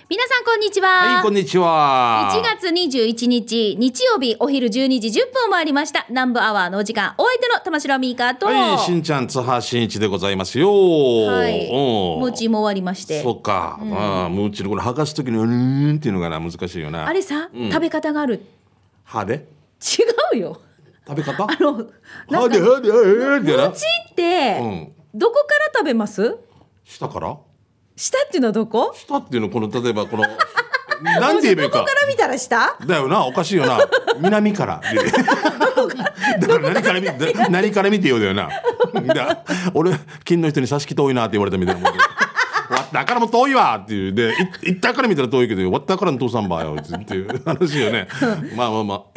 皆さんこんにちは。 はい、こんにちは。 1月21日日曜日お昼12時10分を回りました。南部アワーのお時間、お相手の玉城ミーカーと、 はい、しんちゃん津波しんいちでございますよ。 はい、ムーチーも終わりまして。 そうか、ムーチーのこれ剥がすときにうーんっていうのがな難しいよな。 あれさ、食べ方がある。 歯で違うよ。 食べ方なんか歯でムーチーって、どこから食べます？ 下から下っていうのはどこ？ 下っていうのこの例えばこのなんて言えばいいか。 どこから見たら下？ だよな、おかしいよな。南からだから何から見てよだよな。俺金の人に差し木遠いなって言われたみたいなもんでだからも遠いわっていうで、行ったから見たら遠いけどわったからの父さんばよっていう話よね。まあ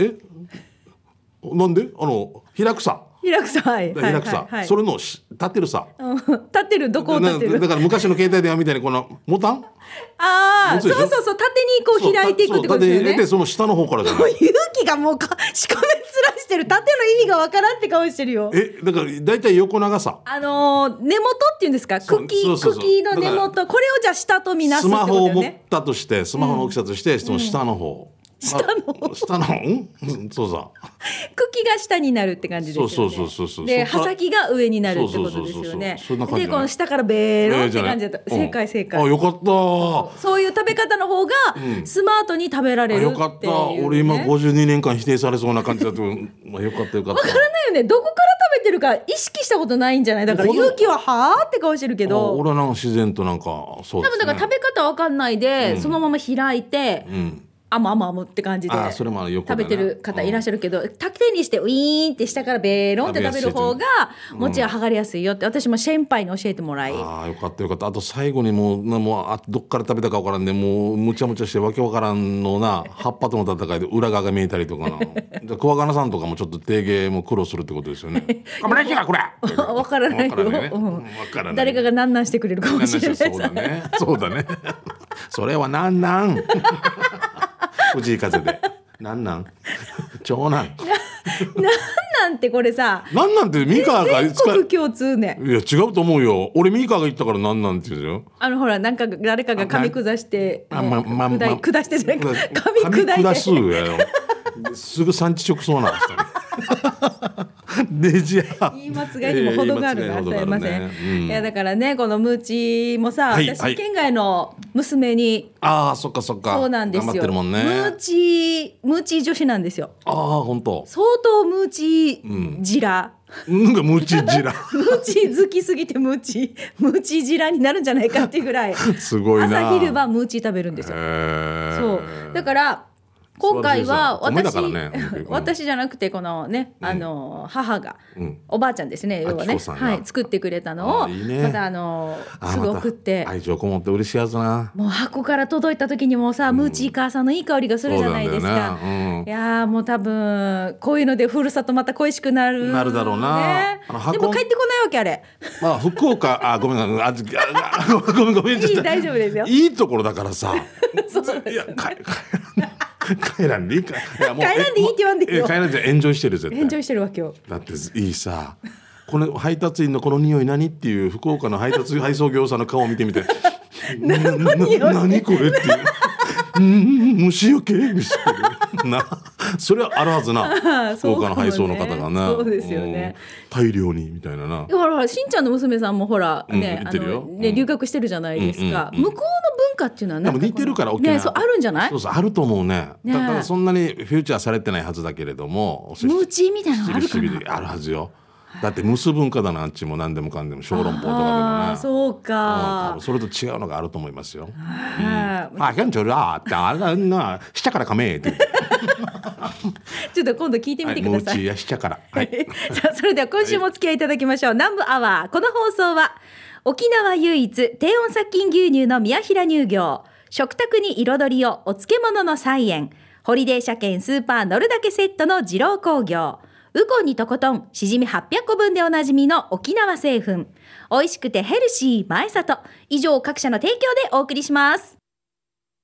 なんで開くさ開くさ、 開くさ、それの立ってるさ、 立ってる、どこを立ってる？ だから昔の携帯電話みたいにこのボタン、 そう縦にこう開いていくってことですよね。 縦に入れてその下の方からじゃない。 勇気がもうしこめつらしてる。縦の意味がわからんって顔してるよ。 だからだいたい横長さ、 根元っていうんですか、茎の根元、これをじゃあ下とみなすってことよね。 スマホを持ったとしてスマホの大きさとして、その下の方、下のそうさ、 茎が下になるって感じですよね。 そうで刃先が上になるってことですよね。でこの下からベーロンって感じだった。正解。 あ、よかった。 そういう食べ方の方がスマートに食べられるっていう、ね。 よかった。俺今52年間否定されそうな感じだとまあよかった。 わからないよね。どこから食べてるか意識したことないんじゃない。だから勇気ははーって顔してるけど、 俺はなんか自然となんかそうですね。 多分だから食べ方わかんないで、そのまま開いて、あむって感じで食べてる方いらっしゃるけど、縦にしてウィーンって下からベーロンって食べる方が餅は剥がれやすいよって私も先輩に教えてもらい、 よかった。あと最後にもうどっから食べたか分からんで、もうむちゃむちゃしてわけわからんのな葉っぱとの戦いで裏側が見えたりとかなクワガナさんとかもちょっと定芸も苦労するってことですよね。かまれかこれ分からないよ、誰かがなんなんしてくれるかもしれない。 そうだねそれはなん藤井風でなん長男なんてこれさ、 なんてミカが全国共通ね。 いや違うと思うよ。俺ミカが言ったからなんて言うんですよ。 ほらなんか誰かが髪下して下してじゃなくて髪下すすぐ産地直送なんですよねじゃ言い間違いにも程があるな、すいません。いやだからね、このムーチもさ、私県外の娘に、 そっかそうなんですよ、 頑張ってるもんね。 ムーチ女子なんですよ。 本当。 相当ムーチジラ、 なんかムーチジラムーチ好きすぎてムーチジラになるんじゃないかっていうぐらいすごいな。 朝昼晩ムーチ食べるんですよ。そうだから今回は私じゃなくてこのね、母が、おばあちゃんですね、要はね、作ってくれたのをまたすぐ送って、 愛情こもって嬉しいやつな。 もう箱から届いた時にもさ、ムーチー母さんのいい香りがするじゃないですか。いやもう多分こういうのでふるさとまた恋しくなるだろうな。 でも帰ってこないわけあれ。 福岡ごめんごめん大丈夫ですよ。 いいところだからさ。いや帰らんでいいか。 帰らんでいいって言わんでいいよ。 帰らんでエンジョイしてる絶対。 エンジョイしてるわけよ。 だっていいさ、この配達員のこの匂い何っていう福岡の配送業者の顔を見てみて何これって虫よけな、それはあるはずな福岡の配送の方がな。 そうですよね、 大量にみたいなな。 ほらしんちゃんの娘さんもほらね、留学してるじゃないですか。向こうの文化っていうのはでも似てるから沖縄、 そうあるんじゃない？ そうあると思うね。だからそんなにフューチャーされてないはずだけれども、 ムーチーみたいなのあるかな。 あるはずよ。だって結文化だな、あっちも何でもかんでも小籠包とかでもね。 そうか、 多分それと違うのがあると思いますよ。キャンチョルってあれな、下からかめってちょっと今度聞いてみてください。 ムーチーや下から、 さあそれでは今週もお付き合いいただきましょう。南部アワー、この放送は沖縄唯一低温殺菌牛乳の宮平乳業、食卓に彩りをお漬物の菜園、ホリデー車検スーパー乗るだけセットの二郎工業、ウコンにとことんしじみ800個分でおなじみの沖縄製粉、美味しくてヘルシー前里、以上各社の提供でお送りします。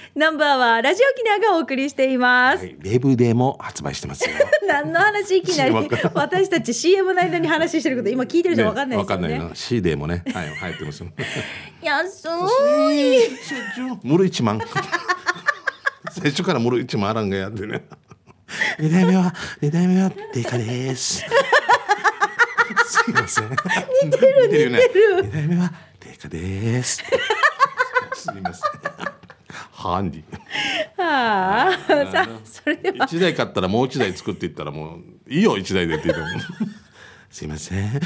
ナンバーはラジオ沖縄がお送りしています、 はい、ウェブでも発売してますよ。 何の話いきなりわかんない私たち CM の間に話してること今聞いてる人分かんないですよね。 わかんないな。C でもね、はい、入ってますよ。 安いムル1万。最初からムル1万あらんがやってね。2代目はデカです。すいません。似てるよね。2代目はデカです。すみません。ハンディ。 はあ、さあそれでは 1台買ったらもう1台作っていったらもういいよ1台でって言ってもすいません。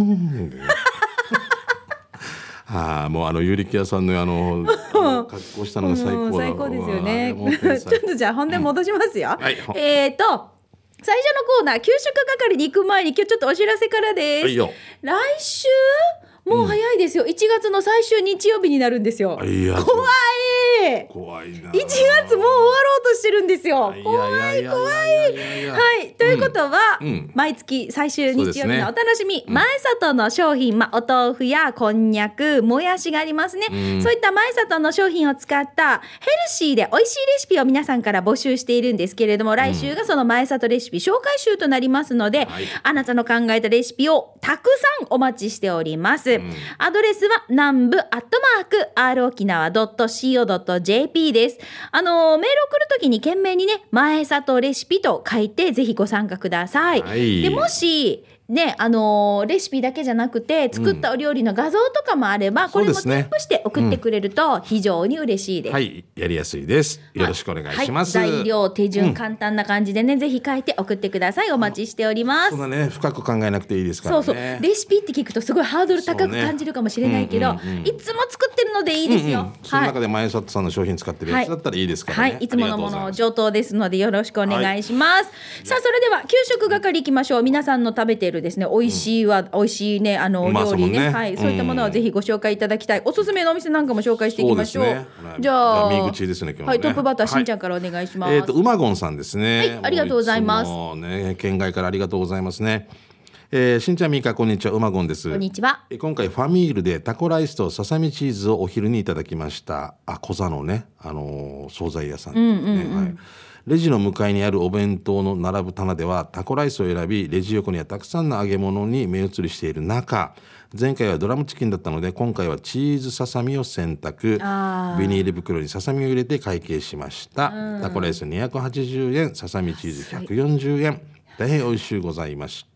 もうゆりきやさんの格好したのが最高だ、 最高ですよね。 もうちょっとじゃあ本題戻しますよ、 はい最初のコーナー給食係に行く前に今日ちょっとお知らせからです、 はいよ。 来週もう早いですよ、1月の最終日曜日になるんですよ。 いや怖い怖いな。 1月もう終わろうとしてるんですよ。怖い。はいということは、毎月最終日曜日のお楽しみ、前里の商品、お豆腐やこんにゃくもやしがありますね、そういった前里の商品を使ったヘルシーで美味しいレシピを皆さんから募集しているんですけれども、来週がその前里レシピ紹介集となりますので、あなたの考えたレシピをたくさんお待ちしております、アドレスは南部@r沖縄 .co.jp です。メール送るときに懸命にね前里レシピと書いてぜひご参加ください、でもしね、レシピだけじゃなくて作ったお料理の画像とかもあれば、これも添付して送ってくれると非常に嬉しいです、 はいやりやすいです。よろしくお願いします、 材料手順、簡単な感じでねぜひ書いて送ってください。お待ちしております。 そんなね深く考えなくていいですからね。 そうレシピって聞くとすごいハードル高く感じるかもしれないけど、いつも作ってるのでいいですよ、 その中で前里さんの商品使ってるやつだったらいいですからね、 いつものもの上等ですのでよろしくお願いします、さあそれでは給食係いきましょう。皆さんの食べているですね美味しいね料理ね、そういったものはぜひご紹介いただきたい。おすすめのお店なんかも紹介していきましょう。じゃあ右口ですね今日ね、 トップバッターしんちゃんからお願いします。 うまごんさんですね、 ありがとうございます。 県外からありがとうございますね。しんちゃんみーかこんにちは、うまごんです。 こんにちは。 今回ファミールでタコライスとささみチーズをお昼にいただきました。小座のね惣菜屋さんですね、レジの向かいにあるお弁当の並ぶ棚ではタコライスを選び、レジ横にはたくさんの揚げ物に目移りしている中、前回はドラムチキンだったので今回はチーズささみを選択。ビニール袋にささみを入れて会計しました。タコライス280円、ささみチーズ140円、大変美味しゅうございました。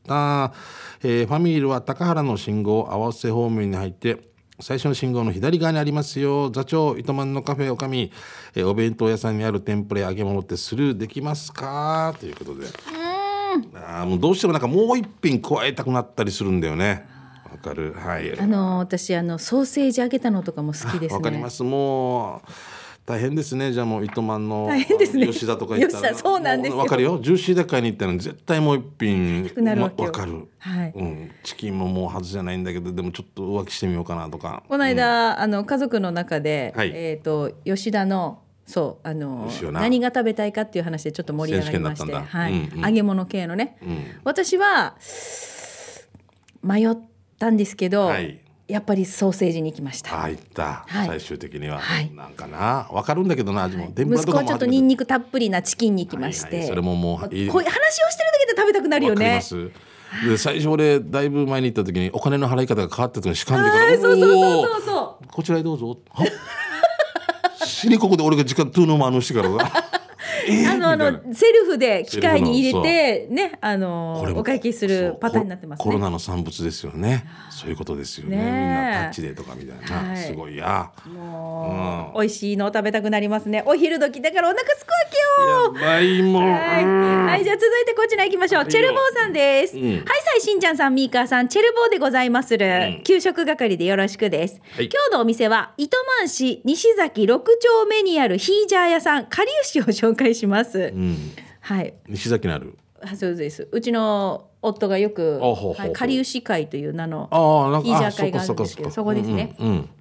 ファミールは高原の信号合わせ方面に入って最初の信号の左側にありますよ。座長糸満のカフェおかみ、お弁当屋さんにある天ぷらや揚げ物ってスルーできますかということで、もうどうしてもなんかもう一品加えたくなったりするんだよね。わかる。はい。 私ソーセージ揚げたのとかも好きですね。 わかります。もう大変ですね。じゃあもう糸満の大変ですね。 吉田とか行ったらそうなんですよ。 わかるよ。ジューシーで買いに行ったら絶対もう一品わかる。チキンももうはずじゃないんだけど、でもちょっと浮気してみようかなとか。 この間、家族の中で、吉田の何が食べたいかっていう話でちょっと盛り上がりまして、揚げ物系のね、私は迷ったんですけど、やっぱりソーセージに行きました。最終的には、なんかな分かるんだけどな、味も息子はちょっとニンニクたっぷりなチキンに行きまして、 それももうこういう話をしてるだけで食べたくなるよね。 で最初俺だいぶ前に行った時にお金の払い方が変わった時にしかんでから、 そうこちらへどうぞ死にここで俺が時間トゥーノマーのしてからセルフで機械に入れてね、お会計するパターンになってますね。 コロナの産物ですよね。そういうことですよね。みんなタッチでとかみたいな、すごいや。 もう美味しいのを食べたくなりますね。お昼時だからお腹すくわけよ。 やばいもん。 はい、じゃあ続いてこちら行きましょう。チェルボーさんです。はい、さいしんちゃんさん、みーかーさん、チェルボーでございまする。給食係でよろしくです。今日のお店は糸満市西崎6丁目にあるヒージャー屋さんかりゆしを紹介します。はい。 西崎にある。 そうです。うちの夫がよくかりゆし会という名のヒージャー会があるんですけど、そこですね。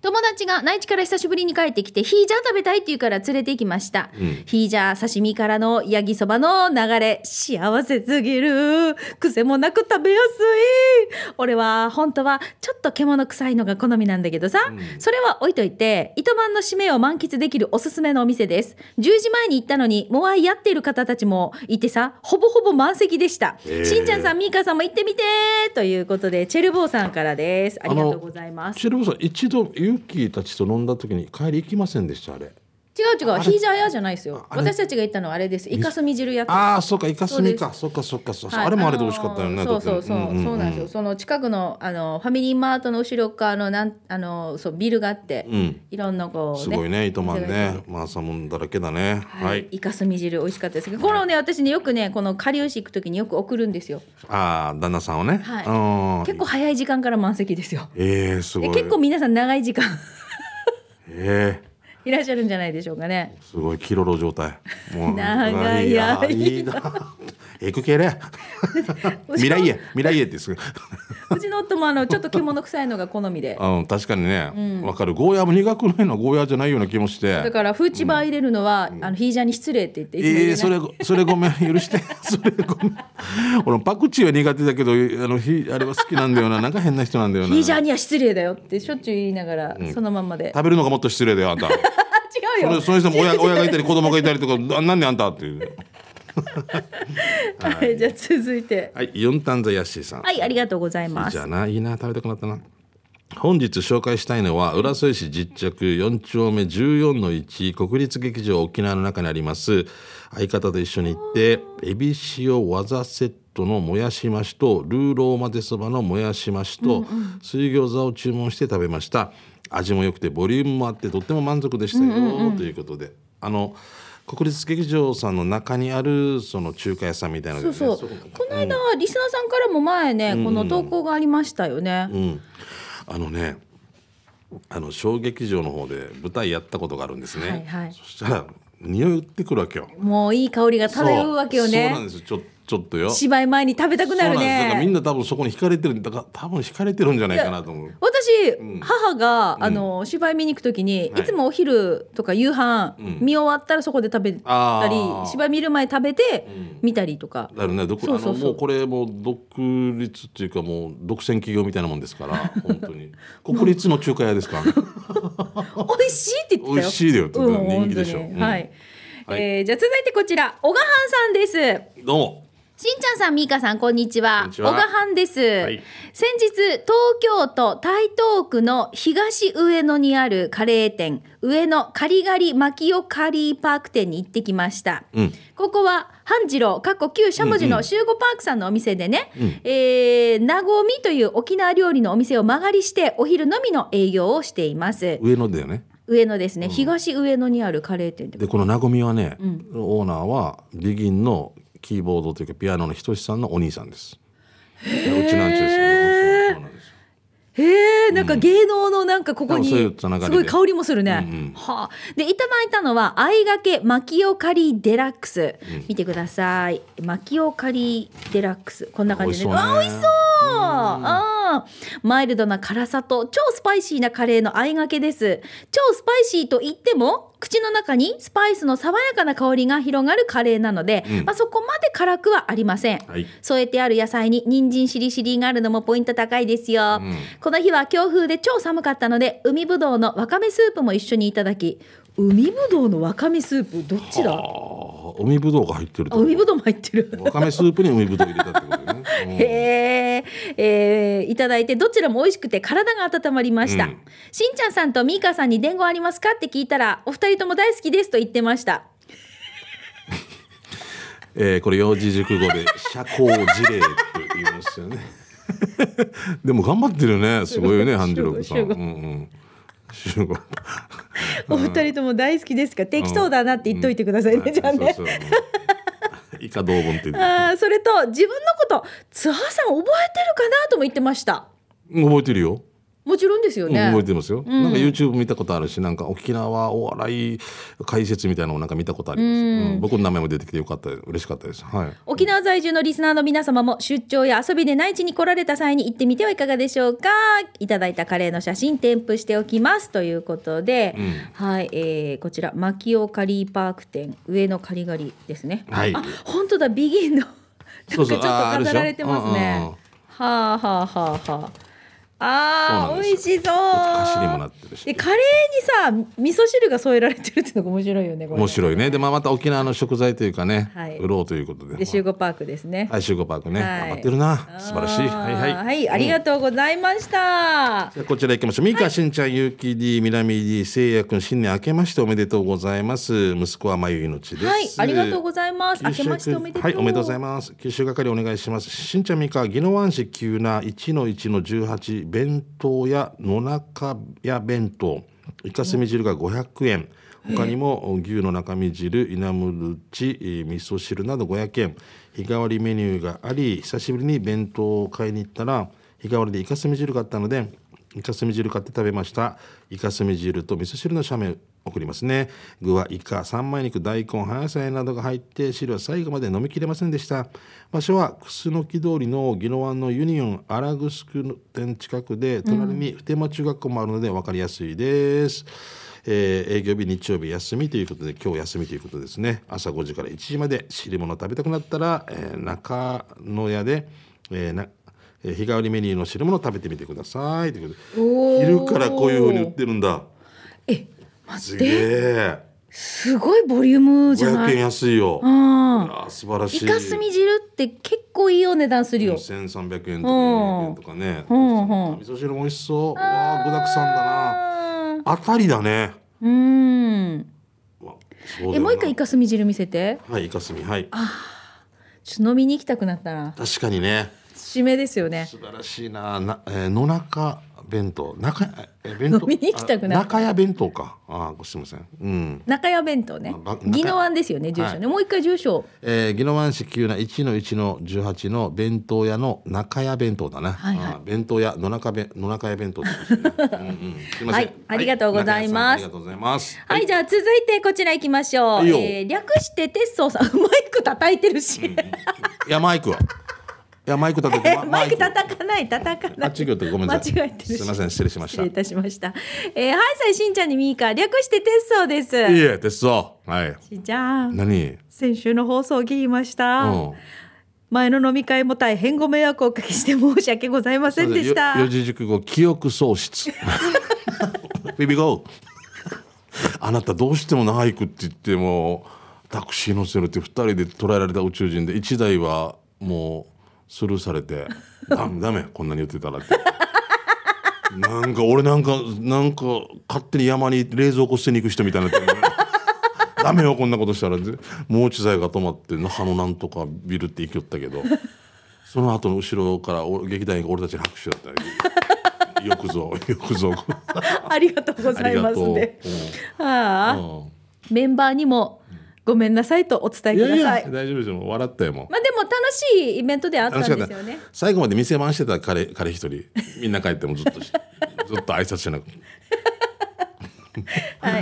友達が内地から久しぶりに帰ってきてヒージャー食べたいって言うから連れて行きました、ヒージャー刺身からのヤギそばの流れ、幸せすぎる、癖もなく食べやすい。俺は本当はちょっと獣臭いのが好みなんだけどさ、それは置いといて糸満の締めを満喫できるおすすめのお店です。10時前に行ったのにモアイやっている方たちもいてさ、ほぼほぼ満席でした。しんちゃんさん、みーかさんも行ってみてということで、チェルボーさんからです。ありがとうございます。 チェルボーさん、一度ユッキーたちと飲んだ時に帰り行きませんでした？あれ違うヒージャー屋じゃないですよ。私たちが行ったのはあれです。イカスミ汁やつ。 ああ、そうか、イカスミか。そうか、はい、あれもあれで美味しかったよね。 そうなんですよ。その近くのファミリーマートの後ろ側のそうビルがあって、いろんなこうね。 すごいね、糸満ね、マーサモンだらけだね。はい。 イカスミ汁美味しかったですけど、このね、私ね、よくね、このかりゆし行く時によく送るんですよ。 ああ、旦那さんをね。 はい。結構早い時間から満席ですよ。 すごい。 結構皆さん長い時間。いらっしゃるんじゃないでしょうかね。 すごいキロロ状態。 もう長いやいいな。エクケレ。未来へです。うちの夫もちょっと獣臭いのが好みで。 確かにね、わかる。ゴーヤも苦くないのはゴーヤじゃないような気もして。だからフーチバー入れるのはヒージャーに失礼って言って。 それごめん、許して。それごめん。俺パクチーは苦手だけど、あれは好きなんだよな。なんか変な人なんだよな。 ヒージャーには失礼だよってしょっちゅう言いながら、そのままで。 食べるのがもっと失礼だよ、あんた。 違うよ。 その人も親がいたり子供がいたりとか、なんであんたっていう。 はい、じゃあ続いて、 はい、ヨンタンザヤッシーさん、 はい、ありがとうございます。 じゃあな、いいな、食べたくなったな。本日紹介したいのは浦添市実着4丁目14の1国立劇場沖縄の中にあります。相方と一緒に行ってエビ塩わざセットのもやし増しとルーロー混ぜそばのもやし増しと水餃子を注文して食べました。味も良くてボリュームもあってとっても満足でしたよ、ということで、国立劇場さんの中にあるその中華屋さんみたいなので、ね、 そうこの間、リスナーさんからも前ね、この投稿がありましたよね。 小劇場の方で舞台やったことがあるんですね、 はいはい、 そしたら匂いってくるわけよ。 もういい香りが漂うわけよね。 そうなんですよ。ちょっとよ、 芝居前に食べたくなるね。 そうなんです。だからみんな多分そこに惹かれてるんだから、多分惹かれてるんじゃないかなと思う。 私、母が芝居見に行くときに、いつもお昼とか夕飯、見終わったらそこで食べたり、芝居見る前食べて見たりとか。 だからね、もうこれもう独立っていうかもう独占企業みたいなもんですから本当に国立の中華屋ですからね。 美味しいって言ってたよ。 美味しいだよって人気でしょ。 はい。じゃあ続いてこちら、小賀藩さんです。 どうも。 しんちゃんさん、みーかさん、こんにちは。小賀藩です、はい、先日東京都台東区の東上野にあるカレー店上野カリガリマキオカリーパーク店に行ってきました、ここは半次郎旧しゃもじの集合パークさんのお店でね、なごみという沖縄料理のお店を間借りしてお昼のみの営業をしています。 上野だよね。 上野ですね、東上野にあるカレー店で、このなごみはね、オーナーはビギンのキーボードというかピアノのひとしさんのお兄さんです。うちなんちゅうですよ。 なんか芸能のなんかここにすごい香りもするね。でいただいたのはあいがけマキオカリデラックス、見てください。マキオカリデラックス、こんな感じで、美味しそう。マイルドな辛さと超スパイシーなカレーのあいがけです。超スパイシーと言っても口の中にスパイスの爽やかな香りが広がるカレーなので、そこまで辛くはありません、添えてある野菜に人参しりしりがあるのもポイント高いですよ、この日は強風で超寒かったので海ぶどうのわかめスープも一緒にいただき、海ぶどうのわかめスープどっちだ。 海ぶどうが入ってると。 海ぶどうも入ってる。 わかめスープに海ぶどう入れたってことね。いただいてどちらも美味しくて体が温まりました、しんちゃんさんとみーかさんに伝言ありますかって聞いたらお二人とも大好きですと言ってました。 これ四字熟語で社交辞令って言いますよね。でも頑張ってるよね。すごいよね、半次郎さん。 お二人とも大好きですか。適当だなって言っといてくださいね、じゃあね。 以下同文って言う。それと自分のこと津波さん覚えてるかなとも言ってました。 覚えてるよ。 もちろんですよね、 覚えてますよ、なんか YouTube 見たことあるし、なんか沖縄お笑い解説みたいなのをなんか見たことあります、僕の名前も出てきてよかったです。嬉しかったです、はい。 沖縄在住のリスナーの皆様も出張や遊びで内地に来られた際に行ってみてはいかがでしょうか。いただいたカレーの写真添付しておきますということで、はい、こちら牧尾カリーパーク店上野カリガリですね、 はい、 あ、本当だ、ビギンのなんかちょっと飾られてますね。はあはあはあはあ、美味しそう。 菓子にもなってるし、 でカレーにさ味噌汁が添えられてるっていうのが面白いよね。これ面白いね。で、また沖縄の食材というかね、 はい、 売ろうということで、 で集合パークですね。 はい、集合パークね、 はい、 頑張ってるな、素晴らしい。はいはい、 はい、ありがとうございました、 じゃあこちら行きましょう。ミカ、しんちゃん、ゆうき D、みなみ D、せいやくん、新年明けましておめでとうございます。息子はまゆいのちです。 はい、ありがとうございます。明けましておめでとう。 はい、おめでとうございます。九州係お願いします。しんちゃん、みか、宜野湾市急な 1-1-18 弁当や野中屋弁当、イカスミ汁が500円、他にも牛の中身汁、稲むち、味噌汁など500円、日替わりメニューがあり、久しぶりに弁当を買いに行ったら日替わりでイカスミ汁があったので、イカスミ汁買って食べました。イカスミ汁と味噌汁の写メ送りますね。具はイカ、三枚肉、大根、葉野菜などが入って、汁は最後まで飲みきれませんでした。場所は楠木通りの宜野湾のユニオン荒城店近くで、隣に普天間中学校もあるので分かりやすいです。営業日日曜日休みということで、今日休みということですね。朝5時から1時まで、汁物食べたくなったら、中野屋で、日替わりメニューの汁物食べてみてくださいということで、昼からこういう風に売ってるんだ。 待って、 すごいボリュームじゃない。 500円安いよ。素晴らしい。 イカスミ汁って結構いいお値段するよ。 1300円とか400円とかね、味噌汁も美味しそう。わあ、具だくさんだな。当たりだね。 もう一回イカスミ汁見せて。 はい、イカスミ、はい。 ちょっと飲みに行きたくなったな。 確かにね、 締めですよね。 素晴らしいな。野中弁当、 飲みに行きたくなった。 中屋弁当か。すみません。 中屋弁当ね。宜野湾ですよね、住所ね。もう一回住所。 宜野湾市急な 1-1-18 の弁当屋の中屋弁当だな。弁当屋野中屋弁当ですね。すみません。 はい、ありがとうございます。 ありがとうございます。 はい、じゃあ続いてこちら行きましょう。略して鉄装さん、マイク叩いてるし。 いや、マイクは。いや、マイク叩いて、 マイク叩かない。 あっち行ってごめんなさい。 間違えてるし。 すみません、失礼しました。 失礼いたしました。はい、さいしんちゃんにみーか、略して鉄装です。 いえ、鉄装。はい。 しんちゃん。 何？ 先週の放送を聞きました。前の飲み会も大変ご迷惑をおかけして申し訳ございませんでした。 四字熟語、記憶喪失。ビビゴー。あなたどうしてもナイクって言ってもタクシー乗せるって2人で捉えられた宇宙人で、1台はもうスルーされてダメこんなに言ってたらってなんか俺なんか勝手に山に冷蔵庫捨てに行く人みたいになってる、ね、ダメよこんなことしたら。もう一台が止まって那覇のなんとかビルって行きよったけど、その後の後ろから劇団員が俺たちに拍手だったりよくぞありがとうございますね。メンバーにもごめんなさいとお伝えください。 いや大丈夫ですよ、笑ったよ。もうでも楽しいイベントであったんですよね。 最後まで店番してた彼一人、みんな帰ってもずっと挨拶しなくはい、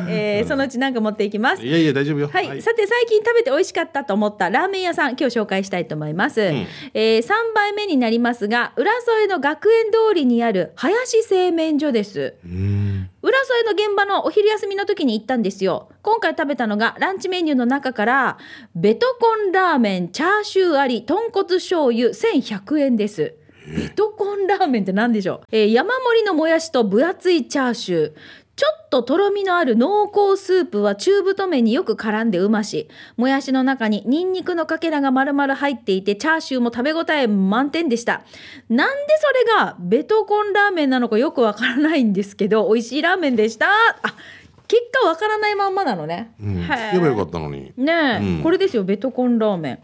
そのうち何か持っていきます。 いや大丈夫よ。 はい、さて最近食べて美味しかったと思ったラーメン屋さん、今日紹介したいと思います。3杯目になりますが、浦添の学園通りにある林製麺所です。浦添の現場のお昼休みの時に行ったんですよ。今回食べたのがランチメニューの中からベトコンラーメンチャーシューあり豚骨醤油1100円です。ベトコンラーメンって何でしょう。山盛りのもやしと分厚いチャーシュー、ちょっととろみのある濃厚スープは中太麺によく絡んでうまし、もやしの中にニンニクのかけらが丸々入っていて、チャーシューも食べ応え満点でした。なんでそれがベトコンラーメンなのかよくわからないんですけど、美味しいラーメンでした。結果わからないまんまなのね。 聞けばよかったのにねえ、これですよ、ベトコンラーメン。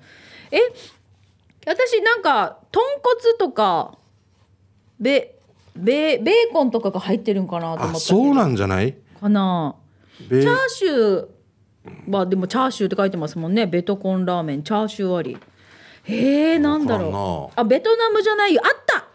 私なんか豚骨とかベーコンとかが入ってるんかなと思ったけど。 そうなんじゃないかな。チャーシューはでもチャーシューって書いてますもんね。ベトコンラーメンチャーシューあり。なんだろう。ベトナムじゃないよ。あっ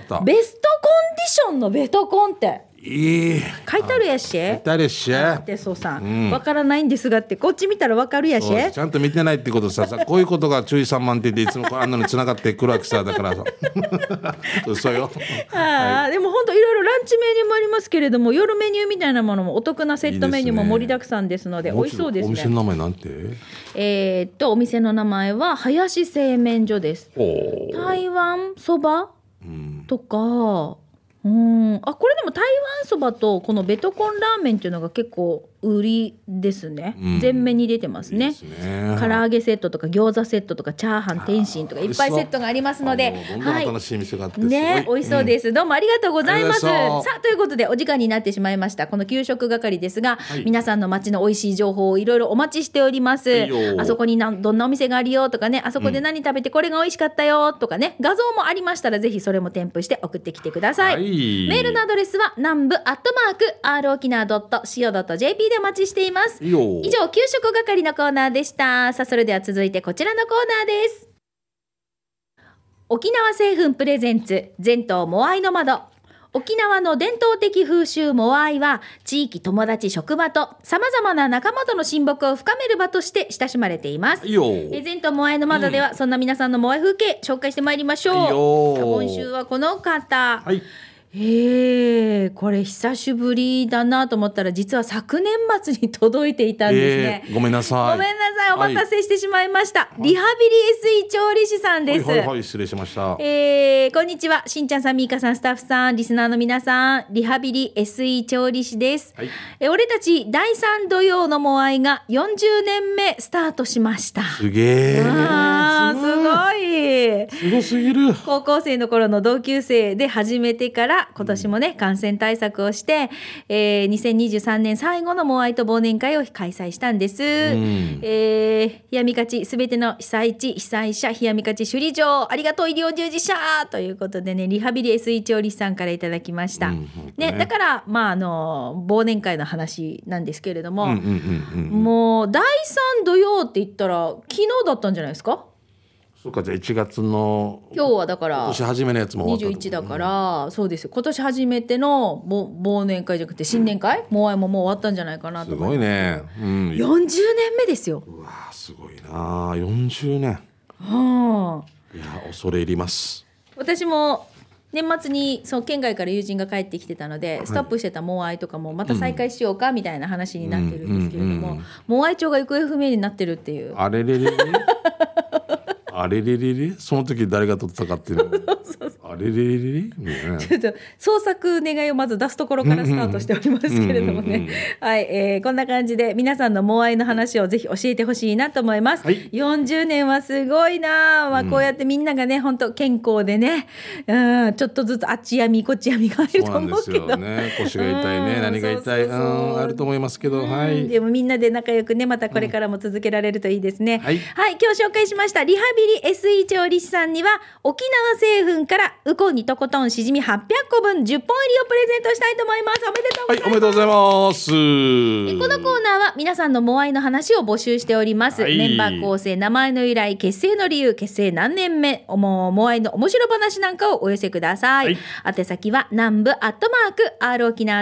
ったベストコンディションのベトコンっていい書いてあるやし。 誰っしゃでそうさん、わからないんですがってこっち見たらわかるやし。 そうちゃんと見てないってことさこういうことが注意3万って言っていつもあんなのに繋がってくるわけさだからさ嘘よでも本当いろいろランチメニューもありますけれども、夜メニューみたいなものもお得なセットメニューも盛りだくさんですので、美味しそうですね。 お店の名前なんて？ お店の名前は林製麺所です。 お台湾そばとか、これでも台湾そばとこのベトコンラーメンっていうのが結構売りですね。前面に出てますね。唐揚げセットとか餃子セットとかチャーハン天津とかいっぱいセットがありますので、 どんどん楽しい店があってね、美味しそうです、どうもありがとうございます。 ありがとうさあということでお時間になってしまいました。この給食係ですが、皆さんの街の美味しい情報をいろいろお待ちしております。あそこにどんなお店があるよとかね、あそこで何食べてこれが美味しかったよとかね、画像もありましたらぜひそれも添付して送ってきてください。メールのアドレスは南部@r沖縄.co.jp でお待ちしています。以上給食係のコーナーでした。さあそれでは続いてこちらのコーナーです。沖縄製粉プレゼンツ全島モアイの窓。沖縄の伝統的風習モアイは地域友達職場とさまざまな仲間との親睦を深める場として親しまれています。全島モアイの窓では、そんな皆さんのモアイ風景紹介してまいりましょう。今週はこの方、これ久しぶりだなと思ったら実は昨年末に届いていたんですね。 ごめんなさいお待たせしてしまいました、リハビリ SE 調理師さんです。 失礼しました。 こんにちは、しんちゃんさん、みーかさん、スタッフさん、リスナーの皆さん、リハビリ SE 調理師です。俺たち第3土曜のモアイが40年目スタートしました。 すげえ、 すごすぎる。 高校生の頃の同級生で始めてから今年もね、感染対策をして、2023年最後のモアイと忘年会を開催したんです。冷やみかちすべての被災地被災者、冷やみかち首里城ありがとう医療従事者ということでね、リハビリ SE 調理師さんからいただきました、だから忘年会の話なんですけれども、もう第3土曜って言ったら昨日だったんじゃないですか。 そうか、じゃあ1月の今日はだから今年初めのやつも終わった 21だから、そうですよ、今年初めての忘年会じゃなくて新年会、モアイももう終わったんじゃないかなと思います。 すごいね、 40年目ですよ。 うわすごいな、40年、いや恐れ入ります。 私も年末にそう県外から友人が帰ってきてたので、ストップしてたモアイとかもまた再開しようかみたいな話になってるんですけれども、モアイ町が行方不明になってるっていう。 あれれれれあれれれれ、その時誰が撮ったかっていうのあれれれれ、 ちょっと創作願いをまず出すところからスタートしておりますけれどもね、こんな感じで皆さんのモアイの話をぜひ教えてほしいなと思います。40年はすごいな、こうやってみんながね本当健康でね、ちょっとずつあっちやみこっちやみがあると思うけど、 そうなんですよね、腰が痛いね、何が痛い、あると思いますけど、 でもみんなで仲良くね、またこれからも続けられるといいですね。今日紹介しましたリハビリ SE 調理師さんには沖縄製粉からウコンにとことんしじみ800個分10本入りをプレゼントしたいと思います。おめでとうございます。 おめでとうございます。 このコーナーは皆さんのモアイの話を募集しております。メンバー構成、名前の由来、結成の理由、結成何年目、モアイの面白話なんかをお寄せください。宛先は南部@r沖縄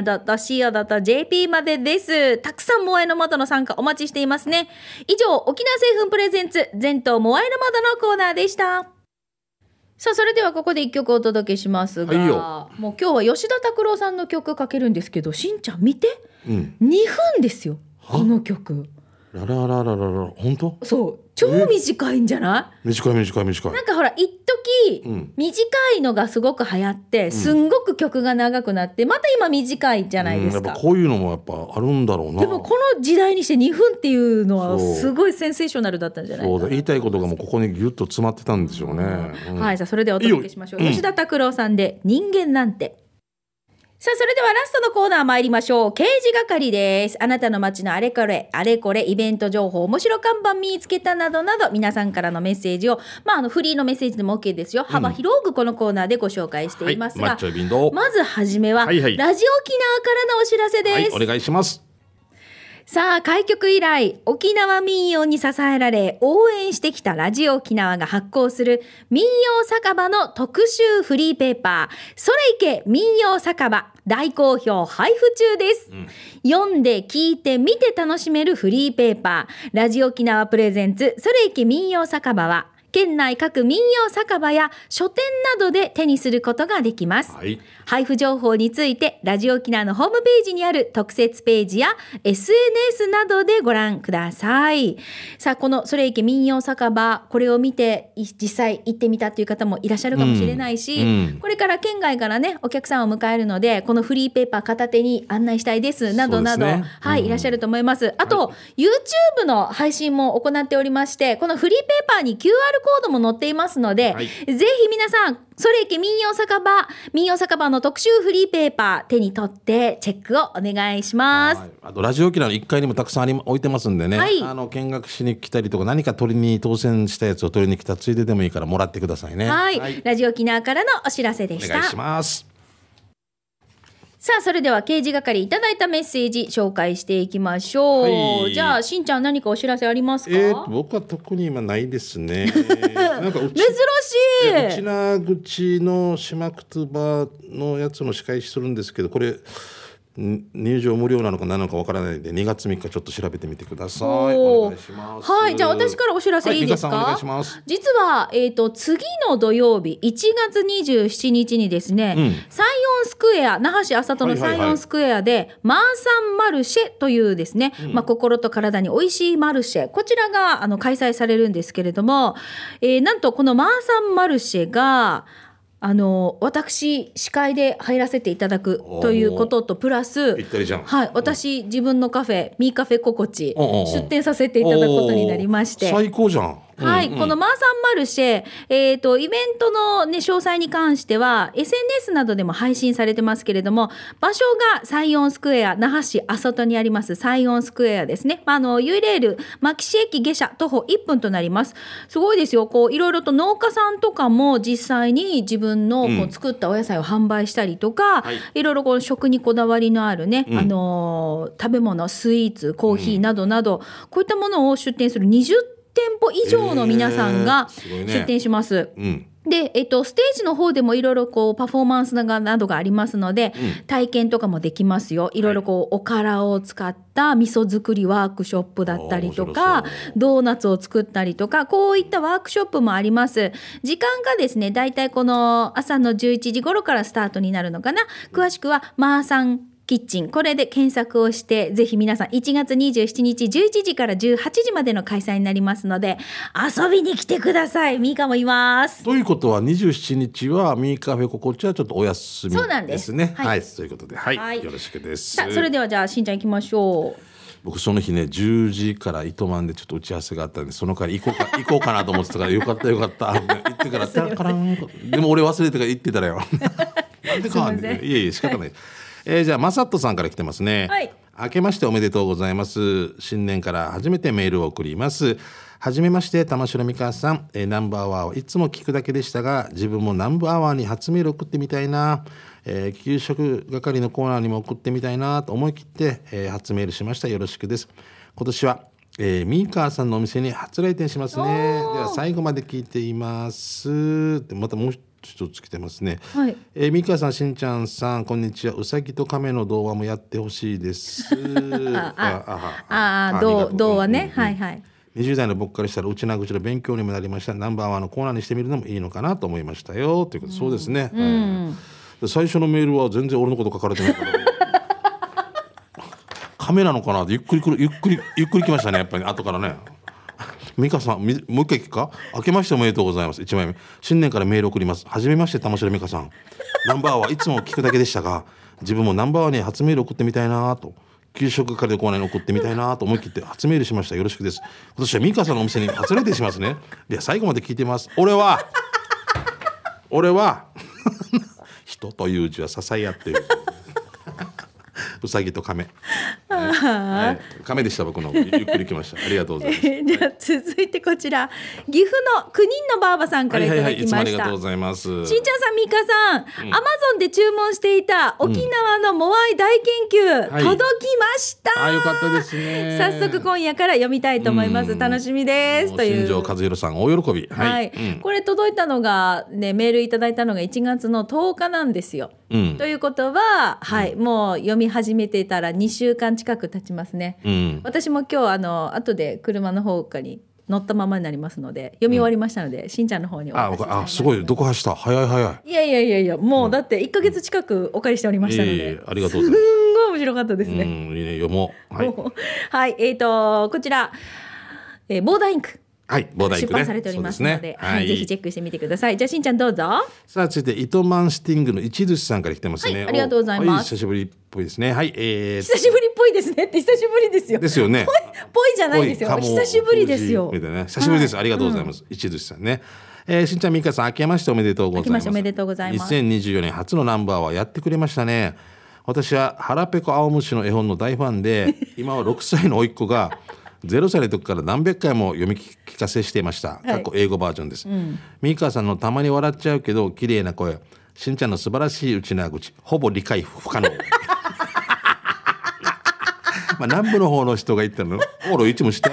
.co.jp までです。たくさんモアイの窓の参加お待ちしていますね。以上、沖縄製粉プレゼンツ全島モアイの窓のコーナーでした。さあそれではここで一曲お届けしますが、もう今日は吉田拓郎さんの曲かけるんですけど、しんちゃん見て、2分ですよこの曲。 らららららら、本当？ そう、超短いんじゃない？ 短い。なんかほら一時、短いのがすごく流行って、すんごく曲が長くなって、また今短いじゃないですか。 やっぱこういうのもやっぱあるんだろうな。 でもこの時代にして2分っていうのはすごいセンセーショナルだったんじゃないかな。 そうだ、言いたいことがもうここにギュッと詰まってたんでしょうね。 さあそれではお届けしましょう。吉田拓郎さんで人間なんて。さあそれではラストのコーナー参りましょう。刑事係です。あなたの街のあれこれイベント情報、面白看板見つけたなどなど、皆さんからのメッセージを、フリーのメッセージでも OK ですよ。幅広くこのコーナーでご紹介していますが、まずはじめは、ラジオ沖縄からのお知らせです。 お願いします。 さあ、開局以来、沖縄民謡に支えられ、応援してきたラジオ沖縄が発行する民謡酒場の特集フリーペーパー、それいけ民謡酒場、大好評配布中です。読んで、聞いて、見て楽しめるフリーペーパー、ラジオ沖縄プレゼンツ、それいけ民謡酒場は、県内各民謡酒場や書店などで手にすることができます、配布情報についてラジオ沖縄のホームページにある特設ページや SNS などでご覧ください。さあ、このそれいけ民謡酒場、これを見て実際行ってみたという方もいらっしゃるかもしれないし、これから県外からねお客さんを迎えるので、このフリーペーパー片手に案内したいですなどなど、いらっしゃると思います。あと、YouTube の配信も行っておりまして、このフリーペーパーに QR コードも載っていますので、ぜひ皆さんそれいけ民謡酒場の特集フリーペーパー手に取ってチェックをお願いします。 あとラジオ沖縄の1階にもたくさん置いてますんでね、見学しに来たりとか、何か取りに当選したやつを取りに来たついででもいいからもらってくださいね。 ラジオ沖縄からのお知らせでした。 お願いします。 さあ、それでは刑事係いただいたメッセージ紹介していきましょう。じゃあ、しんちゃん何かお知らせありますか？ 僕は特に今ないですね。なんか珍しい。 うちな口の島くつばのやつの仕返しするんですけど、これ入場無料なのか何なのかわからないので2月3日ちょっと調べてみてください。お願いします。 じゃあ私からお知らせいいですか？ お願いします。 実は、次の土曜日1月27日にですね、サイオンスクエア、那覇市麻戸のサイオンスクエアで、マーサンマルシェというですね、心と体に美味しいマルシェ、こちらが開催されるんですけれども、なんとこのマーサンマルシェが私司会で入らせていただくということとプラス、私自分のカフェミーカフェココチ出店させていただくことになりまして、 最高じゃん。 このマーサンマルシェ、イベントの、ね、詳細に関しては SNS などでも配信されてますけれども、場所がサイオンスクエア、那覇市麻戸にありますサイオンスクエアですね。ユイレール牧志駅下車徒歩1分となります。すごいですよ。いろいろと農家さんとかも実際に自分の作ったお野菜を販売したりとか、いろいろ食にこだわりのあるね、食べ物、スイーツ、コーヒーなどなど、こういったものを出店する20店舗以上の皆さんが出店します。で、ステージの方でもいろいろパフォーマンスなどがありますので、体験とかもできますよ。いろいろおからを使った味噌作りワークショップだったりとか、ドーナツを作ったりとか、こういったワークショップもあります。時間がですね、だいたいこの朝の11時頃からスタートになるのかな。詳しくはマーサンキッチン、これで検索をして、ぜひ皆さん1月27日11時から18時までの開催になりますので、遊びに来てください。ミーカもいます。 ということは27日はミーカフェココチはちょっとお休みですね。そうなんです。ということで、よろしくです。 さあ、それではじゃあしんちゃん行きましょう。 僕その日ね10時から糸満でちょっと打ち合わせがあったんで、その代わり行こうかなと思ってたから、よかった行ってからカランでも俺忘れてから行ってたらよなんでかわんね。いえ仕方ない。じゃあマサットさんから来てますね。明けましておめでとうございます。新年から初めてメールを送ります。はじめまして、玉城美香さん。ナンバーアワーをいつも聞くだけでしたが、自分もナンバーアワーに初メール送ってみたいな、給食係のコーナーにも送ってみたいなと思い切って、初メールしました。よろしくです。今年は、ミーカーさんのお店に初来店しますね。では最後まで聞いています。でまたもう一つ来てますね。ミカさん、しんちゃんさん、こんにちは。うさぎと亀の童話もやってほしいです。童話ね。 20代の僕からしたらうちなぐちの勉強にもなりました。ナンバーワンのコーナーにしてみるのもいいのかなと思いましたよ。ということで、そうですね。最初のメールは全然俺のこと書かれてないから亀なのかなってゆっくり来ましたね。やっぱり後からね。美香さん、もう一回聞くか。明けましておめでとうございます。1枚目、新年からメール送ります。はじめまして、玉城美香さん。ナンバーはいつも聞くだけでしたが、自分もナンバーに初メール送ってみたいなと、給食係のコーナーに送ってみたいなと思い切って初メールしました。よろしくです。今年は美香さんのお店に初来店しますね。では最後まで聞いてます。俺は人という字は支え合っているうさぎと亀はい、亀でした僕のゆっくり来ました。ありがとうございます。 じゃあ続いてこちら岐阜の9人のばあばさんからいただきました。 いつもありがとうございます。 しんちゃんさん、みかさん、アマゾンで注文していた沖縄のモアイ大研究、 はい届きました。 よかったですね。 早速今夜から読みたいと思います。楽しみですという。 新庄和弘さん大喜び。 はい、これ届いたのがね、メールいただいたのが1月の10日なんですよ。ということは、はい、もう読み始めていたら2週間近く経ちますね。私も今日後で車の方に乗ったままになりますので読み終わりましたので、しんちゃんの方にすごいどこ走った早い。 いやもうだって1ヶ月近くお借りしておりましたので、 ありがとうございます。 すんごい面白かったですね。 いいね、読もう。はい、 はい、こちら、ボーダーインク、 はい、ボーダーインクね、 出版されておりますので、 はい、 ぜひチェックしてみてください。じゃあしんちゃんどうぞ。 さあ続いて糸満シティングの一寿司さんから来てますね。 はい、ありがとうございます。 久しぶりっぽいですね。はい、 久しぶりっぽいですねって久しぶりですよ。 ですよね。 ぽいじゃないですよ。久しぶりですよ。 みたいなね、久しぶりです。ありがとうございます。一寿司さんね。しんちゃん、みかさん、明けましておめでとうございます。 おめでとうございます。 2024年初のナンバーはやってくれましたね。私は腹ペコ青虫の絵本の大ファンで、今は6歳の甥っ子が0歳の時から何百回も読み聞かせしていました。過去英語バージョンです。みかさんのたまに笑っちゃうけど綺麗な声、しんちゃんの素晴らしい内縄口、ほぼ理解不可能。南部の方の人が言ったの、オール一無して。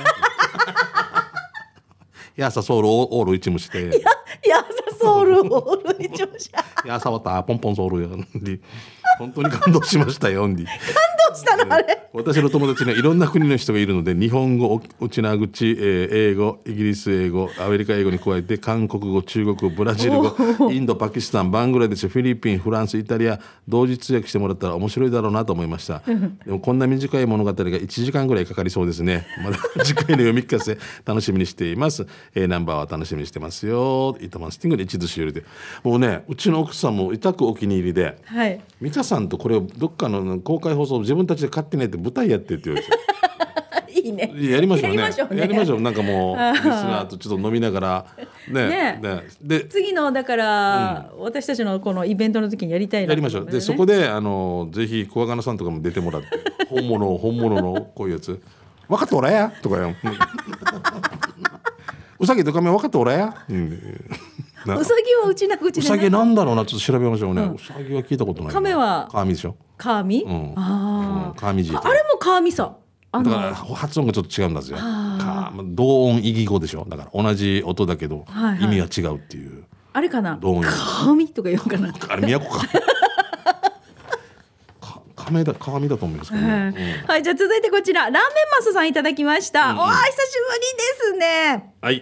やさソウルオール一無して。 やさソウルオール一無して。 やさわたポンポンソウルやんで、本当に感動しましたよ。感動したのあれ。 私の友達にはいろんな国の人がいるので、日本語、内縄口、英語、イギリス英語、アメリカ英語に加えて韓国語、中国語、ブラジル語、インド、パキスタン、バングラデシュ、フィリピン、フランス、イタリア、同時通訳してもらったら面白いだろうなと思いました。でもこんな短い物語が1時間ぐらいかかりそうですね。まだ次回の読み聞かせ楽しみにしています。ナンバーは楽しみにしてますよ。糸満スティングで一度しよりで、もうね、うちの奥さんも痛くお気に入りで、 はい、 美香さんとこれをどっかの公開放送自分たちで勝手にやって舞台やってって言われていいね、 やりましょうね。やりましょう。なんかもうリスナーとちょっと飲みながらねで次のだから、私たちのこのイベントの時にやりたいな、 やりましょう。でそこでぜひ小若菜さんとかも出てもらって本物のこういうやつ分かっておらやとかよ。うさぎとかめ分かっておらや。 うさぎはうちな口で、ね、 うさぎなんだろうな、ちょっと調べましょうね。うさぎは聞いたことない。 亀はカーミでしょ。 カーミ、 カーミジー。 あれもカーミさ。 だから発音がちょっと違うんですよ。同音異義語でしょ。だから同じ音だけど、意味は違うっていう。 あれかな。カーミとか言うかな。 あれ都か。川見だと思いますけどね。 はい、じゃあ続いてこちらラーメンマスさんいただきました。お久しぶりですね。 はい。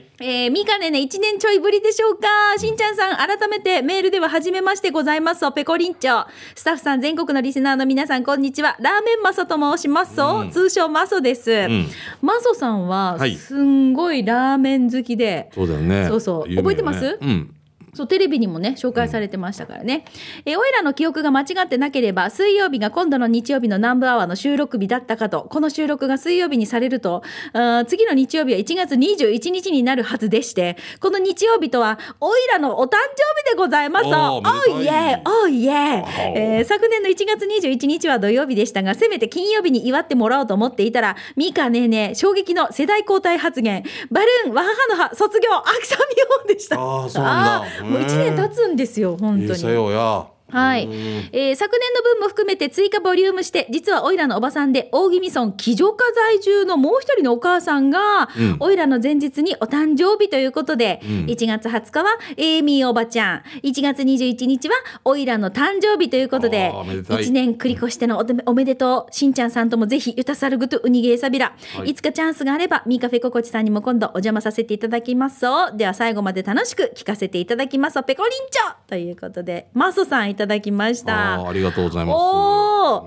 みかね1年ちょいぶりでしょうか。しんちゃんさん、改めてメールでは初めましてございます。ペコリンチョスタッフさん、全国のリスナーの皆さん、こんにちは。ラーメンマソと申します。通称マソです。マソさんはすんごいラーメン好きで、 そうだよね。 そう覚えてます？そうテレビにもね紹介されてましたからね。おいらの記憶が間違ってなければ水曜日が今度の日曜日の南部アワーの収録日だったかと。この収録が水曜日にされると次の日曜日は1月21日になるはずでして、この日曜日とはおいらのお誕生日でございます。おーイエーおーイエー、昨年の1月21日は土曜日でしたが、せめて金曜日に祝ってもらおうと思っていたら、ミカねえねえ衝撃の世代交代発言、バルーンわ母の母卒業アクサミオンでした。 そうなんだ。 もう1年経つんですよ本当に。 さようや。 はい、昨年の分も含めて追加ボリュームして、実はおいらのおばさんで大宜味村木女家在住のもう一人のお母さんが、おいらの前日にお誕生日ということで、1月20日はエイミーおばちゃん、1月21日はおいらの誕生日ということで、1年繰り越してのおめでとう。しんちゃんさんともぜひゆたさるぐとうにげえさびら、いつかチャンスがあればミーカフェココチさんにも今度お邪魔させていただきます。では最後まで楽しく聞かせていただきます。ペコリンチョということでマソさんいただきました。 ありがとうございます。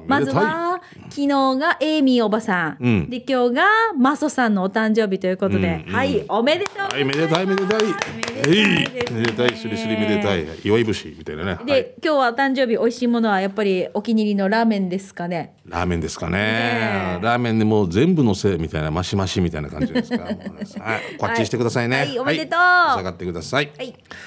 まずは昨日がエイミーおばさん、で今日がマソさんのお誕生日ということで、はい、おめでとうございます。 めでたいめでたいめでたいすりすりめでたい祝い節みたいなね。 で、今日はお誕生日美味しいものはやっぱりお気に入りのラーメンですかね。 ラーメンですかね。ラーメンでもう全部のせみたいなマシマシみたいな感じですか。はい、こっちしてくださいね。 はい、おめでとう。 下がってください。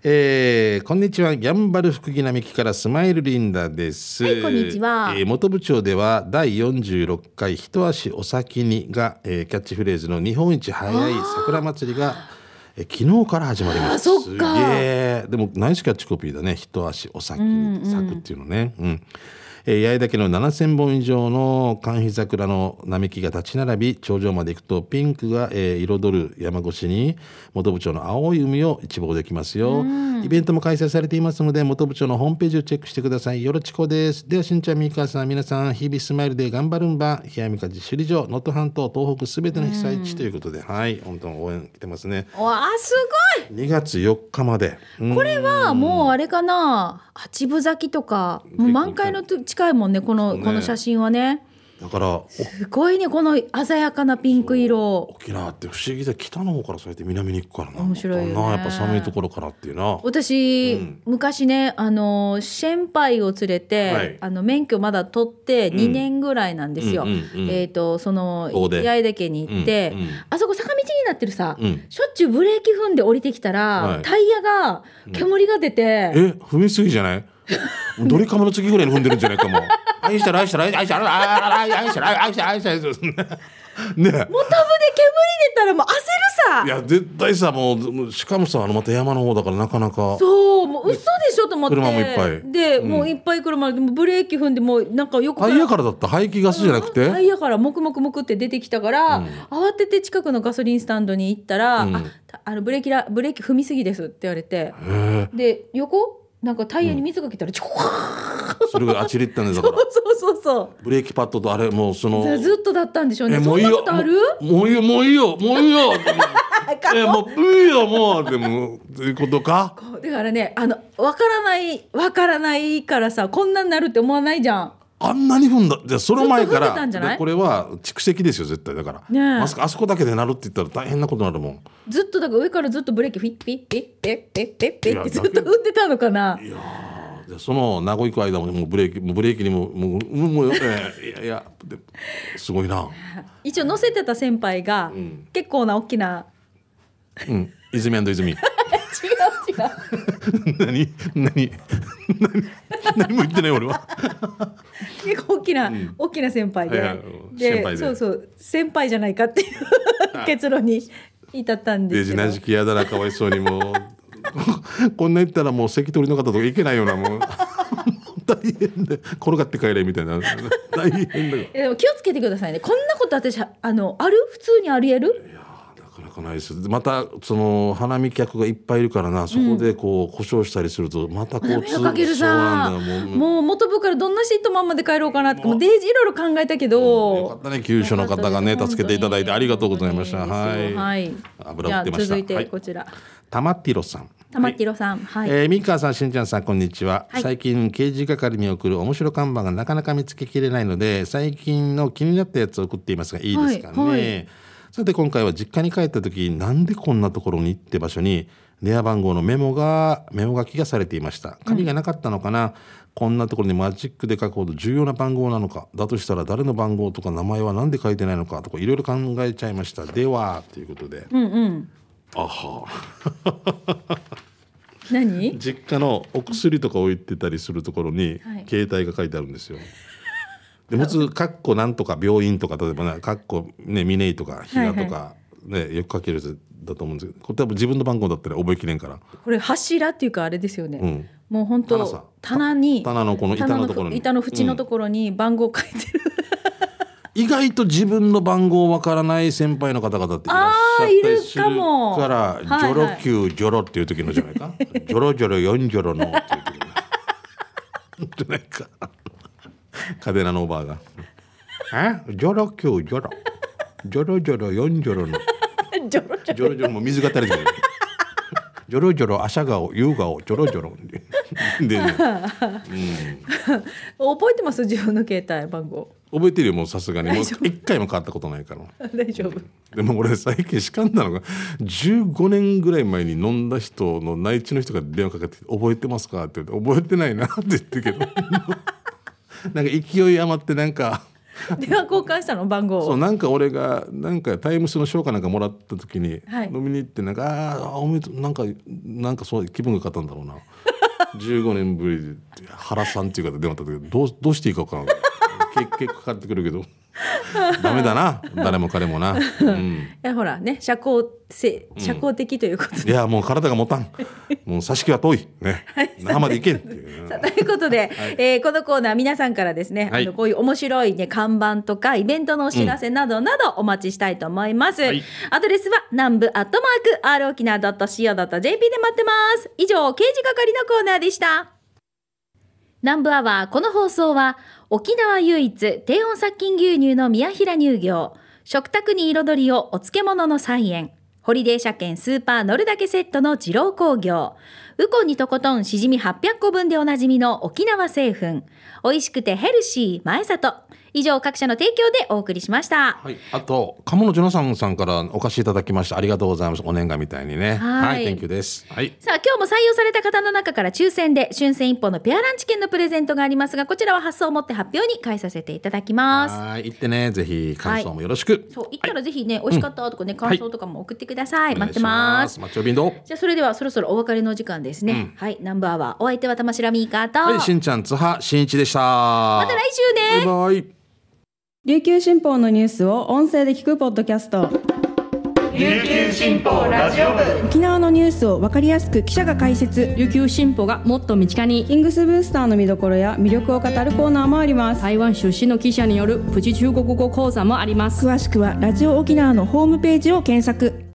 こんにちは。ギャンバル福木並木からスマイルリンダです。 はい、こんにちは。 本部町では第46回一足お先にが、キャッチフレーズの日本一早い桜祭りが、昨日から始まりました。 そっか。 すげえ。でもナイスキャッチコピーだね。一足お先に咲くっていうのね。八重岳の7000本以上の寒肥桜の並木が立ち並び、頂上まで行くとピンクが、彩る山越しに本部町の青い海を一望できますよ。イベントも開催されていますので、本部町のホームページをチェックしてください。よろちこです。ではしんちゃん、みかさん、皆さん日々スマイルで頑張るんば。冷やみかじ首里城、能登半島、東北すべての被災地ということで、はい、本当に応援来てますね。 わあ、すごい。 2月4日まで。 これはもうあれかな、八分咲きとかもう満開の近いもんね、この写真はね。 だからすごいね、この鮮やかなピンク色。 沖縄って不思議で、北の方からそうやって南に行くからな。 面白いよね。 やっぱ寒いところからっていうな。 私、昔ね、先輩を連れて、はい、免許まだ取って2年ぐらいなんですよ。その八重岳に行って、あそこ坂道になってるさ、しょっちゅうブレーキ踏んで降りてきたら、タイヤが煙が出て、 踏みすぎじゃない？ドリカムの次ぐらいに踏んでるんじゃないかも。愛したら愛したら愛したら愛したら愛したら愛したらね。モタブで煙出たらもう焦るさ。 いや絶対さ、もうしかもさ、また山の方だからなかなか。 そう、もう嘘でしょと思って。 車もいっぱいで、もういっぱい車でもブレーキ踏んでもうなんかよく。 タイヤからだった。排気ガスじゃなくて。 タイヤからもくもくもくって出てきたから、慌てて近くのガソリンスタンドに行ったら、ブレーキ踏みすぎですって言われて、で横。なんかタイヤに水が来たら、 それがあちりったんだから。 そうブレーキパッドとあれもうそのずっとだったんでしょうね。そんなことある？ もういいよもういいよもういいよもういいよもうでもということか。 だからね、わからないからさ、こんなになるって思わないじゃん。 あんなに踏んだ。じゃあその前からこれは蓄積ですよ絶対。だから、あそこだけでなるって言ったら大変なことになるもん。 ずっとだから上からずっとブレーキフィッピッピッピッピッピッピッってずっと踏んでたのかな。 いやその名古屋行く間ももうブレーキにもいやすごいな。 一応乗せてた先輩が、結構な大きな、 泉泉違う何も言ってない俺は。 結構大きな先輩で、そう先輩じゃないかっていう結論に至ったんですけど。 デジな時期やだな、かわいそうにもうこんな言ったらもう関取の方とか行けないような、もう大変で転がって帰れみたいな大変だよ。 でも気をつけてくださいね。こんなこと私ある普通にありえる？ なかなかないです。またその花見客がいっぱいいるからな、そこでこう故障したりするとまた交通、 かけるさ、もう元部からどんなシートまんまで帰ろうかなって、もうデージいろいろ考えたけど、 よかったね、救助の方がね助けていただいてありがとうございました。はい、油売ってました。 続いてこちら、 玉ティロさん。ミカさん、しんちゃんさん、こんにちは。最近刑事係に送る面白看板がなかなか見つけきれないので、最近の気になったやつを送っていますがいいですかね。さて今回は実家に帰った時、なんでこんなところにって場所に電話番号のメモ書きがされていました。紙がなかったのかな、こんなところにマジックで書くほど重要な番号なのか、だとしたら誰の番号とか名前はなんで書いてないのかとかいろいろ考えちゃいました。ではということで、あは何？ 実家のお薬とか置いてたりするところに、携帯が書いてあるんですよ。で普通カッコなんとか病院とか、例えばねカッコねミネイとかヒガとか、よく書けるやつだと思うんですけど、これ多分自分の番号だったら覚えきれんから。 これ柱っていうかあれですよね、もう本当棚のこの板のところに、板の縁のところに番号書いてる、 意外と自分の番号わからない先輩の方々っていらっしゃったりするから、ジョロ9ジョロっていう時のじゃないかジョロジョロ4ジョロのっていう時じゃないかカデナのオーバーがジョロ9ジョロジョロジョロ4ジョロのジョロジョロも水が垂れてるジョロジョロ朝顔夕顔ジョロジョロで、 覚えてます？自分の携帯番号覚えてるよ。もうさすがにもう1回も変わったことないから大丈夫。 でも俺最近しかんだのが、15年ぐらい前に飲んだ人の内地の人が電話かけて覚えてますかって言って、覚えてないなって言ってるけどなんか勢い余ってなんか電話交換したの番号を。 そうなんか俺がなんかタイムスの賞かなんかもらった時に、 はい飲みに行ってなんかおめでとうなんかそう気分が変わったんだろうな15年ぶりで原さんっていう方電話だったけどどうしていいか分からん結構かかってくるけどダメだな誰も彼もな、うん、 いやほらね社交的ということで、 いやもう体が持たんもう挿し木は遠いね那覇まで行けんっていうさあということで、このコーナー皆さんからですね、 はいこういう面白い、ね、看板とかイベントのお知らせなどなどお待ちしたいと思います、 はいアドレスは南部@r沖縄 .co.jp で待ってます。以上刑事係のコーナーでした。南部アワー、この放送は沖縄唯一低温殺菌牛乳の宮平乳業、食卓に彩りをお漬物の菜園、ホリデー車検スーパー乗るだけセットの二郎工業、ウコンにとことんしじみ800個分でおなじみの沖縄製粉、美味しくてヘルシー前里、以上各社の提供でお送りしました。 はい、あと鴨のジョナサンさんからお貸しいただきましたありがとうございます。お年賀みたいにね。 はい、 Thank you です。はい。 さあ今日も採用された方の中から抽選で春戦一歩のペアランチ券のプレゼントがありますが、こちらは発送をもって発表に返させていただきます。 はい、行ってね、ぜひ感想もよろしく。 そう行ったらぜひね、美味しかったとかね、感想とかも送ってください。待ってます。 マッチョビンド。 じゃあそれではそろそろお別れの時間ですね。はい、ナンバーはお相手は玉城ミーカーと、 はい、しんちゃん津波しんいちでした。 また来週ね。 バイバイ。 琉球新報のニュースを音声で聞くポッドキャスト、 琉球新報ラジオ部。 沖縄のニュースを分かりやすく記者が解説、 琉球新報がもっと身近に、 キングスブースターの見どころや魅力を語るコーナーもあります。 台湾出身の記者によるプチ中国語講座もあります。 詳しくはラジオ沖縄のホームページを検索。